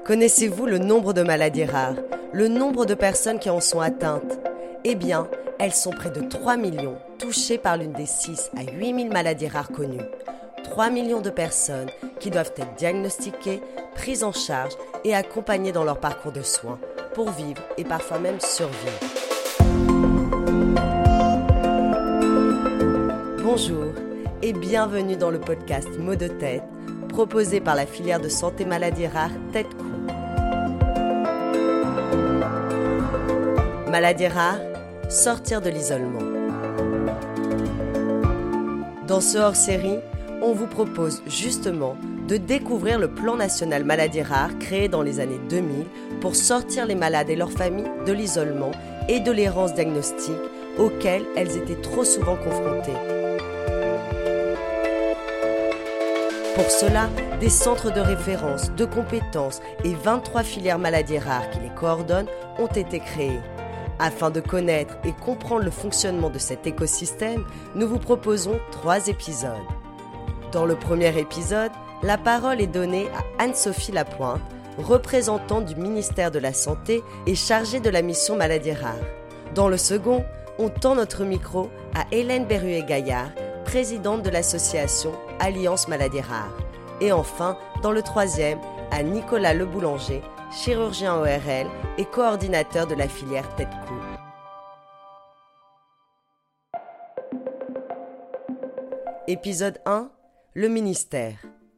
Connaissez-vous le nombre de maladies rares, le nombre de personnes qui en sont atteintes? Eh bien, elles sont près de 3 millions, touchées par l'une des 6 à 8 000 maladies rares connues. 3 millions de personnes qui doivent être diagnostiquées, prises en charge et accompagnées dans leur parcours de soins pour vivre et parfois même survivre. Bonjour et bienvenue dans le podcast Mots de tête, proposé par la filière de santé maladies rares TEDCO. Maladies rares, sortir de l'isolement. Dans ce hors-série, on vous propose justement de découvrir le plan national maladies rares créé dans les années 2000 pour sortir les malades et leurs familles de l'isolement et de l'errance diagnostique auxquelles elles étaient trop souvent confrontées. Pour cela, des centres de référence, de compétences et 23 filières maladies rares qui les coordonnent ont été créés. Afin de connaître et comprendre le fonctionnement de cet écosystème, nous vous proposons 3 épisodes. Dans le premier épisode, la parole est donnée à Anne-Sophie Lapointe, représentante du ministère de la Santé et chargée de la mission maladies rares. Dans le second, on tend notre micro à Hélène Berruet-Gaillard, présidente de l'association Alliance maladies rares. Et enfin, dans le troisième, à Nicolas Leboulanger, chirurgien ORL et coordinateur de la filière TEDCO. Épisode 1, le ministère.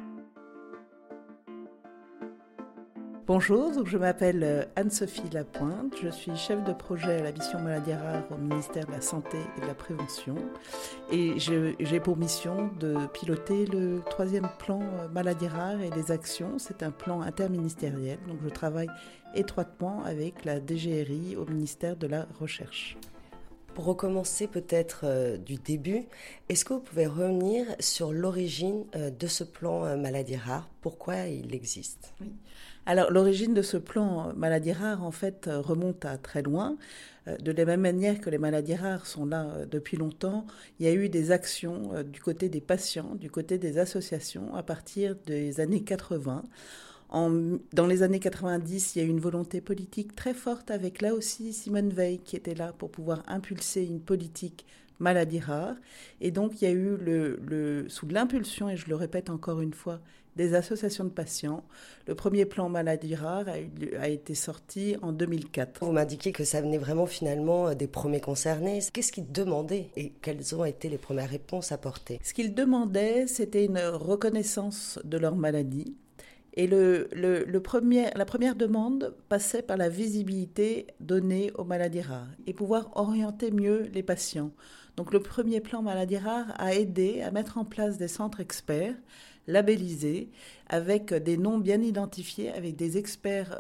Bonjour, je m'appelle Anne-Sophie Lapointe, je suis chef de projet à la mission maladies rares au ministère de la Santé et de la Prévention et j'ai pour mission de piloter le 3e plan maladies rares et les actions. C'est un plan interministériel, donc je travaille étroitement avec la DGRI au ministère de la Recherche. Pour recommencer peut-être du début, est-ce que vous pouvez revenir sur l'origine de ce plan maladies rares? Pourquoi il existe? Oui. Alors, l'origine de ce plan maladies rares, en fait, remonte à très loin. De la même manière que les maladies rares sont là depuis longtemps, il y a eu des actions du côté des patients, du côté des associations, à partir des années 80. Dans les années 90, il y a eu une volonté politique très forte avec, là aussi, Simone Veil, qui était là pour pouvoir impulser une politique maladies rares. Et donc, il y a eu, sous l'impulsion, et je le répète encore une fois, des associations de patients. Le premier plan maladies rares a été sorti en 2004. Vous m'indiquez que ça venait vraiment finalement des premiers concernés. Qu'est-ce qu'ils demandaient et quelles ont été les premières réponses apportées? Ce qu'ils demandaient, c'était une reconnaissance de leur maladie. Et la première demande passait par la visibilité donnée aux maladies rares et pouvoir orienter mieux les patients. Donc le premier plan maladies rares a aidé à mettre en place des centres experts labellisés, avec des noms bien identifiés, avec des experts,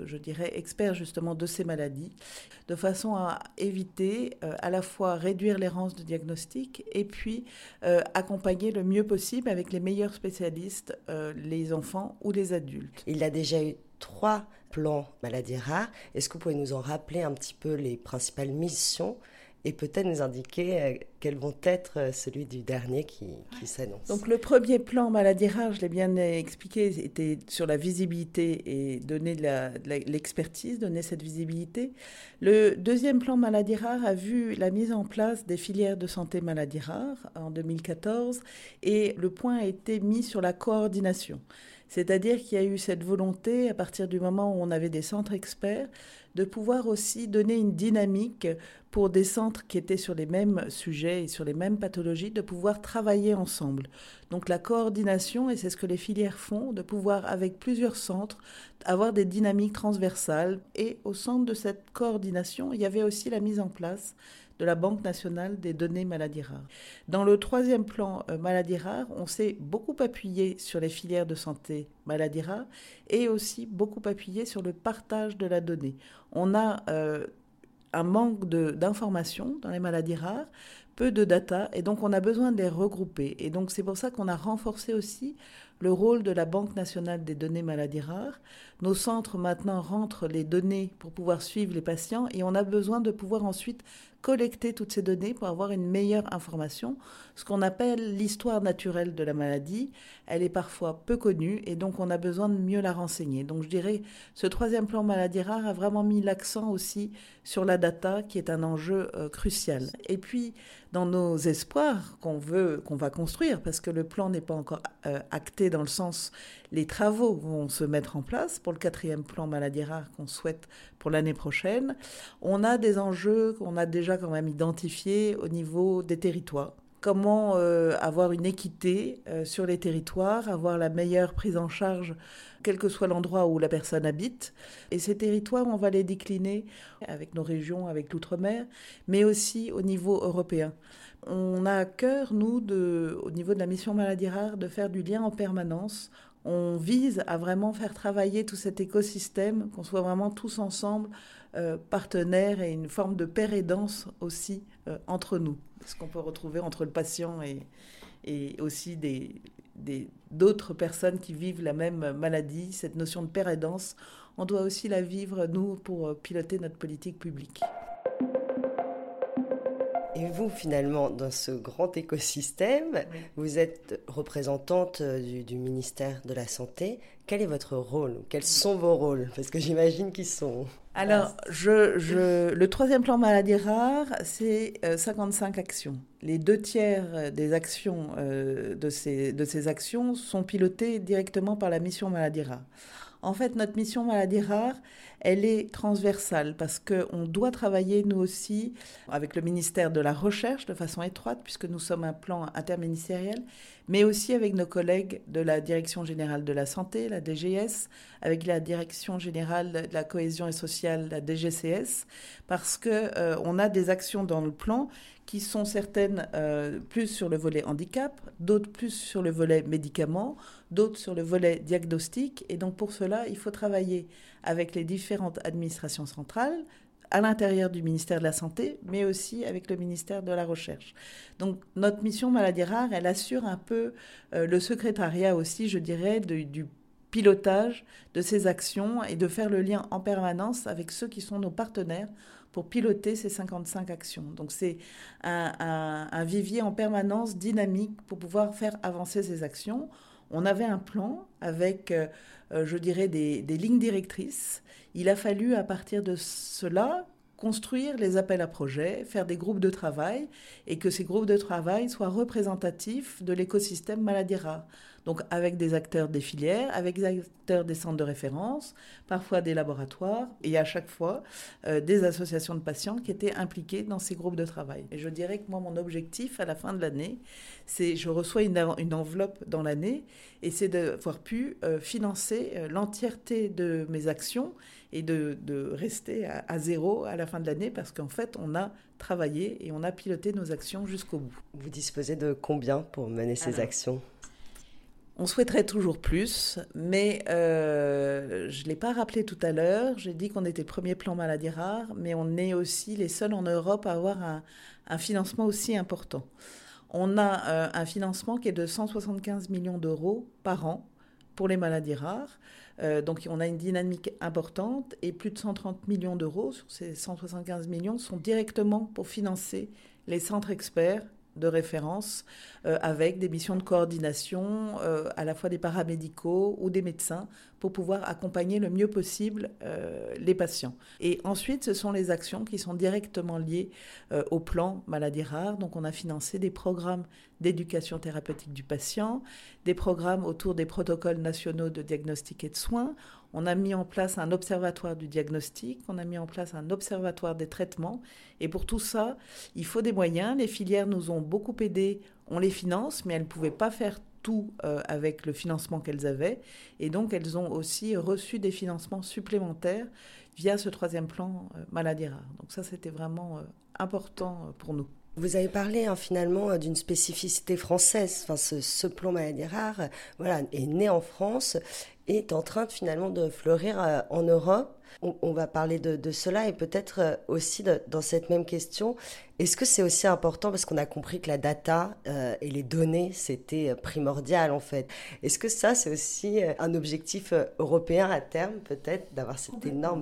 experts justement de ces maladies, de façon à éviter à la fois réduire l'errance de diagnostic et puis accompagner le mieux possible avec les meilleurs spécialistes, les enfants ou les adultes. Il y a déjà eu 3 plans maladies rares. Est-ce que vous pouvez nous en rappeler un petit peu les principales missions et peut-être nous indiquer quels vont être celui du dernier qui s'annonce? Donc le premier plan maladies rares, je l'ai bien expliqué, était sur la visibilité et donner l'expertise, donner cette visibilité. Le deuxième plan maladies rares a vu la mise en place des filières de santé maladies rares en 2014 et le point a été mis sur la coordination. C'est-à-dire qu'il y a eu cette volonté, à partir du moment où on avait des centres experts, de pouvoir aussi donner une dynamique pour des centres qui étaient sur les mêmes sujets et sur les mêmes pathologies, de pouvoir travailler ensemble. Donc la coordination, et c'est ce que les filières font, de pouvoir, avec plusieurs centres, avoir des dynamiques transversales. Et au centre de cette coordination, il y avait aussi la mise en place de la Banque nationale des données maladies rares. Dans le 3e plan maladies rares, on s'est beaucoup appuyé sur les filières de santé maladies rares et aussi beaucoup appuyé sur le partage de la donnée. On a un manque d'informations dans les maladies rares, peu de data, et donc on a besoin de les regrouper. Et donc c'est pour ça qu'on a renforcé aussi le rôle de la Banque nationale des données maladies rares. Nos centres maintenant rentrent les données pour pouvoir suivre les patients et on a besoin de pouvoir ensuite collecter toutes ces données pour avoir une meilleure information. Ce qu'on appelle l'histoire naturelle de la maladie, elle est parfois peu connue et donc on a besoin de mieux la renseigner. Donc je dirais, ce troisième plan maladie rare a vraiment mis l'accent aussi sur la data qui est un enjeu crucial. Et puis, dans nos espoirs qu'on va construire, parce que le plan n'est pas encore acté dans le sens, les travaux vont se mettre en place pour le quatrième plan maladie rare qu'on souhaite pour l'année prochaine. On a des enjeux qu'on a déjà quand même identifiés au niveau des territoires. Comment avoir une équité sur les territoires, avoir la meilleure prise en charge, quel que soit l'endroit où la personne habite. Et ces territoires, on va les décliner avec nos régions, avec l'outre-mer, mais aussi au niveau européen. On a à cœur, nous, au niveau de la mission maladie rare, de faire du lien en permanence. On vise à vraiment faire travailler tout cet écosystème, qu'on soit vraiment tous ensemble, partenaires, et une forme de paire et danse aussi entre nous. Ce qu'on peut retrouver entre le patient et aussi d'autres personnes qui vivent la même maladie, cette notion de paire et danse, on doit aussi la vivre, nous, pour piloter notre politique publique. Et vous, finalement, dans ce grand écosystème, vous êtes représentante du ministère de la Santé. Quel est votre rôle? Quels sont vos rôles? Parce que j'imagine qu'ils sont... Alors, le troisième plan maladie rare, c'est 55 actions. Les 2/3 des actions de ces actions sont pilotées directement par la mission maladie rare. En fait, notre mission maladie rare, elle est transversale parce qu'on doit travailler, nous aussi, avec le ministère de la Recherche de façon étroite, puisque nous sommes un plan interministériel, mais aussi avec nos collègues de la Direction générale de la santé, la DGS, avec la Direction générale de la cohésion et sociale, la DGCS, parce qu'on a des actions dans le plan qui sont certaines plus sur le volet handicap, d'autres plus sur le volet médicaments, d'autres sur le volet diagnostic. Et donc pour cela, il faut travailler avec les différentes administrations centrales, à l'intérieur du ministère de la Santé, mais aussi avec le ministère de la Recherche. Donc notre mission maladie rare, elle assure un peu le secrétariat aussi, je dirais, du pilotage de ces actions et de faire le lien en permanence avec ceux qui sont nos partenaires pour piloter ces 55 actions. Donc c'est un vivier en permanence dynamique pour pouvoir faire avancer ces actions. On avait un plan avec, je dirais, des lignes directrices. Il a fallu, à partir de cela, construire les appels à projets, faire des groupes de travail et que ces groupes de travail soient représentatifs de l'écosystème maladie rare. Donc avec des acteurs des filières, avec des acteurs des centres de référence, parfois des laboratoires et à chaque fois des associations de patients qui étaient impliquées dans ces groupes de travail. Et je dirais que moi, mon objectif à la fin de l'année, c'est je reçois une enveloppe dans l'année et c'est d'avoir pu financer l'entièreté de mes actions et de rester à zéro à la fin de l'année parce qu'en fait, on a travaillé et on a piloté nos actions jusqu'au bout. Vous disposez de combien pour mener ces actions ? On souhaiterait toujours plus, mais je ne l'ai pas rappelé tout à l'heure. J'ai dit qu'on était le premier plan maladie rare, mais on est aussi les seuls en Europe à avoir un financement aussi important. On a un financement qui est de 175 millions d'euros par an pour les maladies rares. Donc on a une dynamique importante et plus de 130 millions d'euros sur ces 175 millions sont directement pour financer les centres experts de référence avec des missions de coordination à la fois des paramédicaux ou des médecins pour pouvoir accompagner le mieux possible les patients. Et ensuite, ce sont les actions qui sont directement liées au plan maladie rare. Donc on a financé des programmes d'éducation thérapeutique du patient, des programmes autour des protocoles nationaux de diagnostic et de soins. On a mis en place un observatoire du diagnostic, on a mis en place un observatoire des traitements. Et pour tout ça, il faut des moyens. Les filières nous ont beaucoup aidés, on les finance, mais elles ne pouvaient pas faire tout avec le financement qu'elles avaient. Et donc, elles ont aussi reçu des financements supplémentaires via ce troisième plan maladie rare. Donc ça, c'était vraiment important pour nous. Vous avez parlé finalement d'une spécificité française. Enfin, ce plan maladie rare est né en France et est en train finalement de fleurir en Europe. On va parler de cela et peut-être aussi dans cette même question, est-ce que c'est aussi important parce qu'on a compris que la data et les données, c'était primordial en fait. Est-ce que ça, c'est aussi un objectif européen à terme peut-être d'avoir cette énorme base de données ?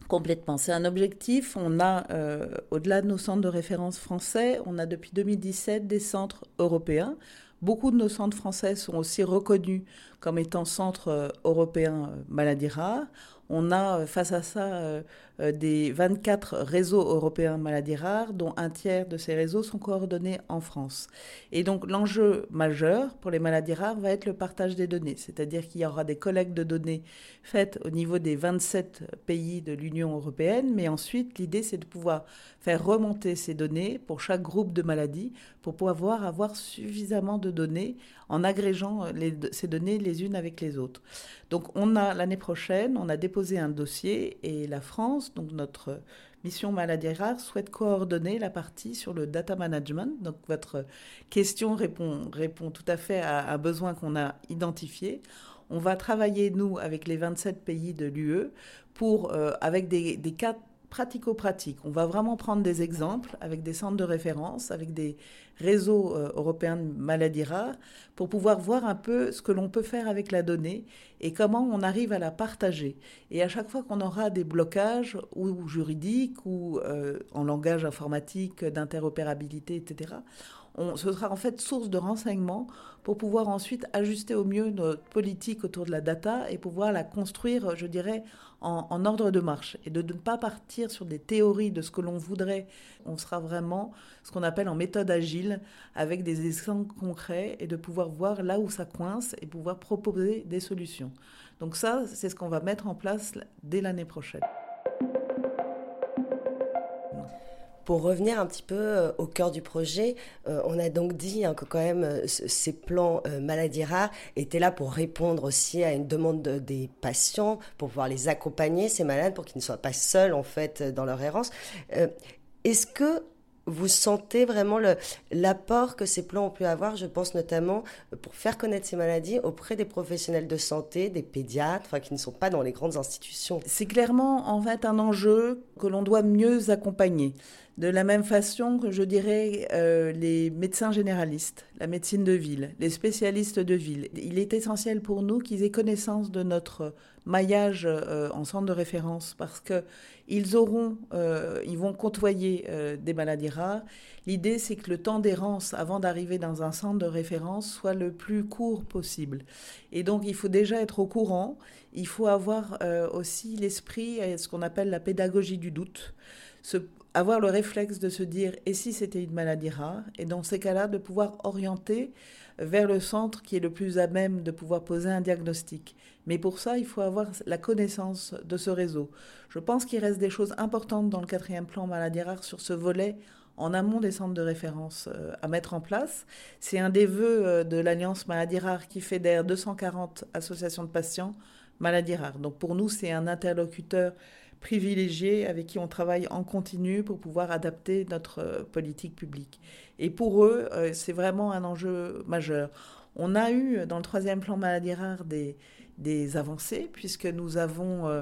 Complètement. C'est un objectif. On a, au-delà de nos centres de référence français, on a depuis 2017 des centres européens. Beaucoup de nos centres français sont aussi reconnus comme étant centres européens maladies rares. On a face à ça des 24 réseaux européens maladies rares, dont un tiers de ces réseaux sont coordonnés en France. Et donc l'enjeu majeur pour les maladies rares va être le partage des données, c'est-à-dire qu'il y aura des collectes de données faites au niveau des 27 pays de l'Union européenne, mais ensuite l'idée c'est de pouvoir faire remonter ces données pour chaque groupe de maladies pour pouvoir avoir suffisamment de données en agrégeant ces données les unes avec les autres. Donc on a l'année prochaine, on a déposé un dossier et la France, donc notre mission maladies rares, souhaite coordonner la partie sur le data management. Donc votre question répond tout à fait à un besoin qu'on a identifié. On va travailler, nous, avec les 27 pays de l'UE avec des cas pratico-pratiques. On va vraiment prendre des exemples avec des centres de référence, avec des réseaux européens de maladies rares, pour pouvoir voir un peu ce que l'on peut faire avec la donnée et comment on arrive à la partager. Et à chaque fois qu'on aura des blocages ou juridiques ou en langage informatique, d'interopérabilité, etc., ce sera en fait source de renseignements pour pouvoir ensuite ajuster au mieux notre politique autour de la data et pouvoir la construire, je dirais, en ordre de marche. Et de ne pas partir sur des théories de ce que l'on voudrait. On sera vraiment ce qu'on appelle en méthode agile, avec des exemples concrets et de pouvoir voir là où ça coince et pouvoir proposer des solutions. Donc ça, c'est ce qu'on va mettre en place dès l'année prochaine. Pour revenir un petit peu au cœur du projet, on a donc dit que quand même ces plans maladies rares étaient là pour répondre aussi à une demande des patients, pour pouvoir les accompagner, ces malades, pour qu'ils ne soient pas seuls en fait dans leur errance. Est-ce que vous sentez vraiment l'apport que ces plans ont pu avoir, je pense notamment pour faire connaître ces maladies auprès des professionnels de santé, des pédiatres, qui ne sont pas dans les grandes institutions? C'est clairement en fait un enjeu que l'on doit mieux accompagner. De la même façon que je dirais les médecins généralistes, la médecine de ville, les spécialistes de ville. Il est essentiel pour nous qu'ils aient connaissance de notre maillage en centre de référence parce qu'ils vont côtoyer des maladies rares. L'idée, c'est que le temps d'errance avant d'arriver dans un centre de référence soit le plus court possible. Et donc, il faut déjà être au courant. Il faut avoir aussi l'esprit, ce qu'on appelle la pédagogie du doute. Avoir le réflexe de se dire « et si c'était une maladie rare ?» et dans ces cas-là, de pouvoir orienter vers le centre qui est le plus à même de pouvoir poser un diagnostic. Mais pour ça, il faut avoir la connaissance de ce réseau. Je pense qu'il reste des choses importantes dans le 4e plan maladies rares sur ce volet en amont des centres de référence à mettre en place. C'est un des vœux de l'Alliance maladies rares qui fédère 240 associations de patients maladies rares. Donc pour nous, c'est un interlocuteur privilégiés avec qui on travaille en continu pour pouvoir adapter notre politique publique. Et pour eux, c'est vraiment un enjeu majeur. On a eu dans le 3e plan maladies rares des avancées puisque nous avons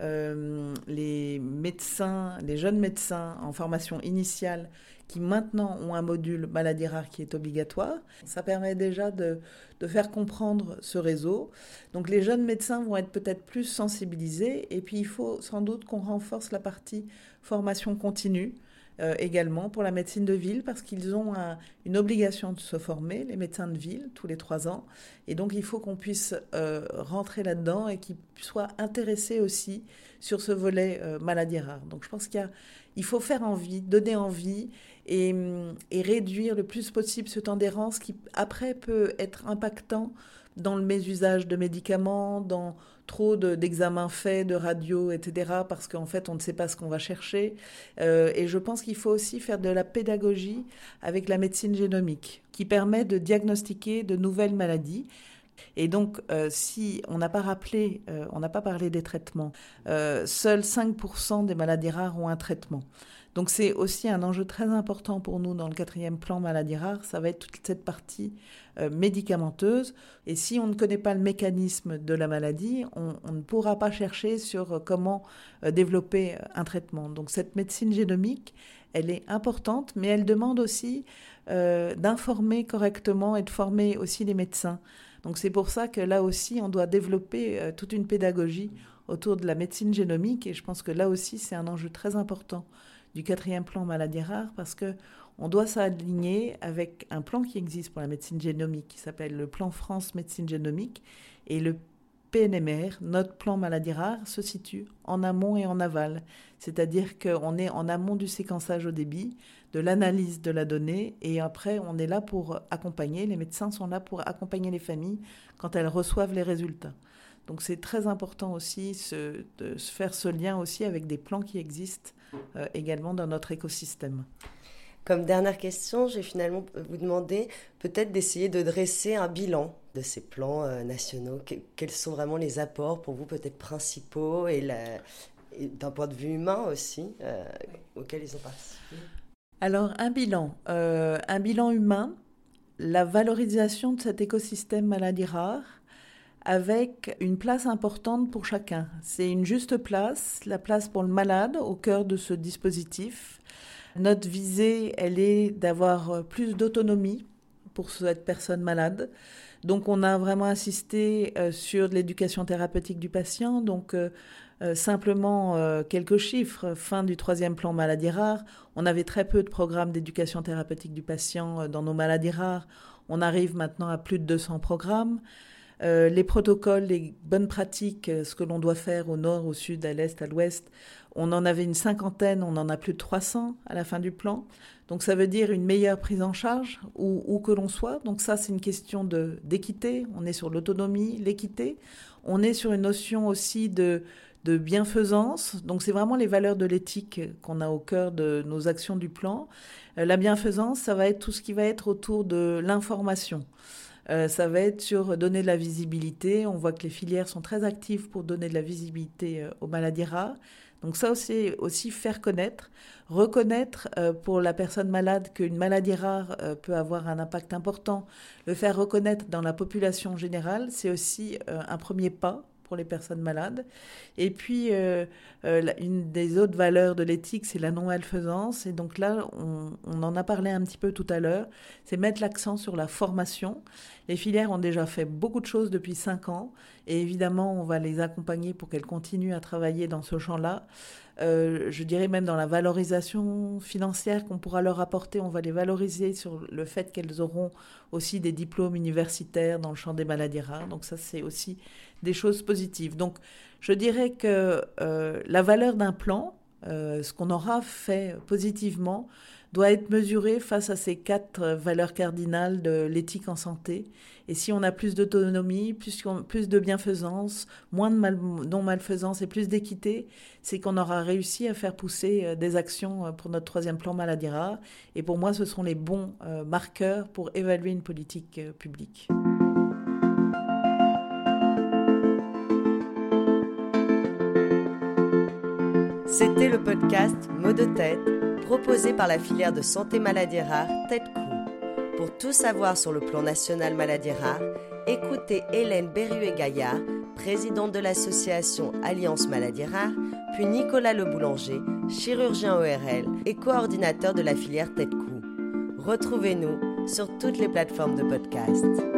les jeunes médecins en formation initiale qui maintenant ont un module maladies rares qui est obligatoire. Ça permet déjà de faire comprendre ce réseau. Donc les jeunes médecins vont être peut-être plus sensibilisés et puis il faut sans doute qu'on renforce la partie formation continue également pour la médecine de ville parce qu'ils ont une obligation de se former, les médecins de ville, tous les 3 ans. Et donc il faut qu'on puisse rentrer là-dedans et qu'ils soient intéressés aussi sur ce volet maladies rares. Donc je pense qu'il faut faire envie, donner envie et réduire le plus possible ce temps d'errance qui après peut être impactant dans le mésusage de médicaments, dans trop d'examens faits, de radio, etc., parce qu'en fait, on ne sait pas ce qu'on va chercher. Et je pense qu'il faut aussi faire de la pédagogie avec la médecine génomique, qui permet de diagnostiquer de nouvelles maladies. Et donc, si on n'a pas parlé des traitements, seuls 5% des maladies rares ont un traitement. Donc c'est aussi un enjeu très important pour nous dans le 4e plan maladies rares, ça va être toute cette partie médicamenteuse. Et si on ne connaît pas le mécanisme de la maladie, on ne pourra pas chercher sur comment développer un traitement. Donc cette médecine génomique, elle est importante, mais elle demande aussi d'informer correctement et de former aussi les médecins. Donc c'est pour ça que là aussi, on doit développer toute une pédagogie autour de la médecine génomique. Et je pense que là aussi, c'est un enjeu très important du 4e plan maladies rares parce qu'on doit s'aligner avec un plan qui existe pour la médecine génomique qui s'appelle le plan France médecine génomique. Et le PNMR, notre plan maladies rares, se situe en amont et en aval. C'est-à-dire qu'on est en amont du séquençage au débit, de l'analyse de la donnée, et après, on est là pour accompagner, les médecins sont là pour accompagner les familles quand elles reçoivent les résultats. Donc c'est très important aussi de se faire ce lien aussi avec des plans qui existent également dans notre écosystème. Comme dernière question, je vais finalement vous demander peut-être d'essayer de dresser un bilan de ces plans nationaux. Quels sont vraiment les apports pour vous peut-être principaux et d'un point de vue humain aussi auxquels ils ont participé? Alors un bilan humain, la valorisation de cet écosystème maladies rares avec une place importante pour chacun. C'est une juste place, la place pour le malade au cœur de ce dispositif. Notre visée, elle est d'avoir plus d'autonomie pour cette personne malade. Donc, on a vraiment insisté sur l'éducation thérapeutique du patient. Donc, simplement quelques chiffres. Fin du 3e plan maladies rares, on avait très peu de programmes d'éducation thérapeutique du patient dans nos maladies rares. On arrive maintenant à plus de 200 programmes. Les protocoles, les bonnes pratiques, ce que l'on doit faire au nord, au sud, à l'est, à l'ouest, on en avait une 50aine, on en a plus de 300 à la fin du plan. Donc ça veut dire une meilleure prise en charge où que l'on soit. Donc ça, c'est une question d'équité. On est sur l'autonomie, l'équité. On est sur une notion aussi de bienfaisance. Donc c'est vraiment les valeurs de l'éthique qu'on a au cœur de nos actions du plan. La bienfaisance, ça va être tout ce qui va être autour de l'information. Ça va être sur donner de la visibilité. On voit que les filières sont très actives pour donner de la visibilité aux maladies rares. Donc ça, c'est aussi faire connaître, reconnaître pour la personne malade qu'une maladie rare peut avoir un impact important. Le faire reconnaître dans la population générale, c'est aussi un premier pas pour les personnes malades. Et puis, une des autres valeurs de l'éthique, c'est la non-malfaisance. Et donc là, on en a parlé un petit peu tout à l'heure, c'est mettre l'accent sur la formation. Les filières ont déjà fait beaucoup de choses depuis 5 ans. Et évidemment, on va les accompagner pour qu'elles continuent à travailler dans ce champ-là. Je dirais même dans la valorisation financière qu'on pourra leur apporter, on va les valoriser sur le fait qu'elles auront aussi des diplômes universitaires dans le champ des maladies rares. Donc ça, c'est aussi des choses positives. Donc je dirais que la valeur d'un plan, ce qu'on aura fait positivement, doit être mesuré face à ces 4 valeurs cardinales de l'éthique en santé. Et si on a plus d'autonomie, plus de bienfaisance, moins de non-malfaisance et plus d'équité, c'est qu'on aura réussi à faire pousser des actions pour notre 3e plan maladies rares. Et pour moi, ce sont les bons marqueurs pour évaluer une politique publique. C'était le podcast Mots de tête, proposé par la filière de santé maladies rares TEDCO. Pour tout savoir sur le plan national maladies rares, écoutez Hélène Berruet-Gaillard, présidente de l'association Alliance maladies rares, puis Nicolas Leboulanger, chirurgien ORL et coordinateur de la filière TEDCO. Retrouvez-nous sur toutes les plateformes de podcast.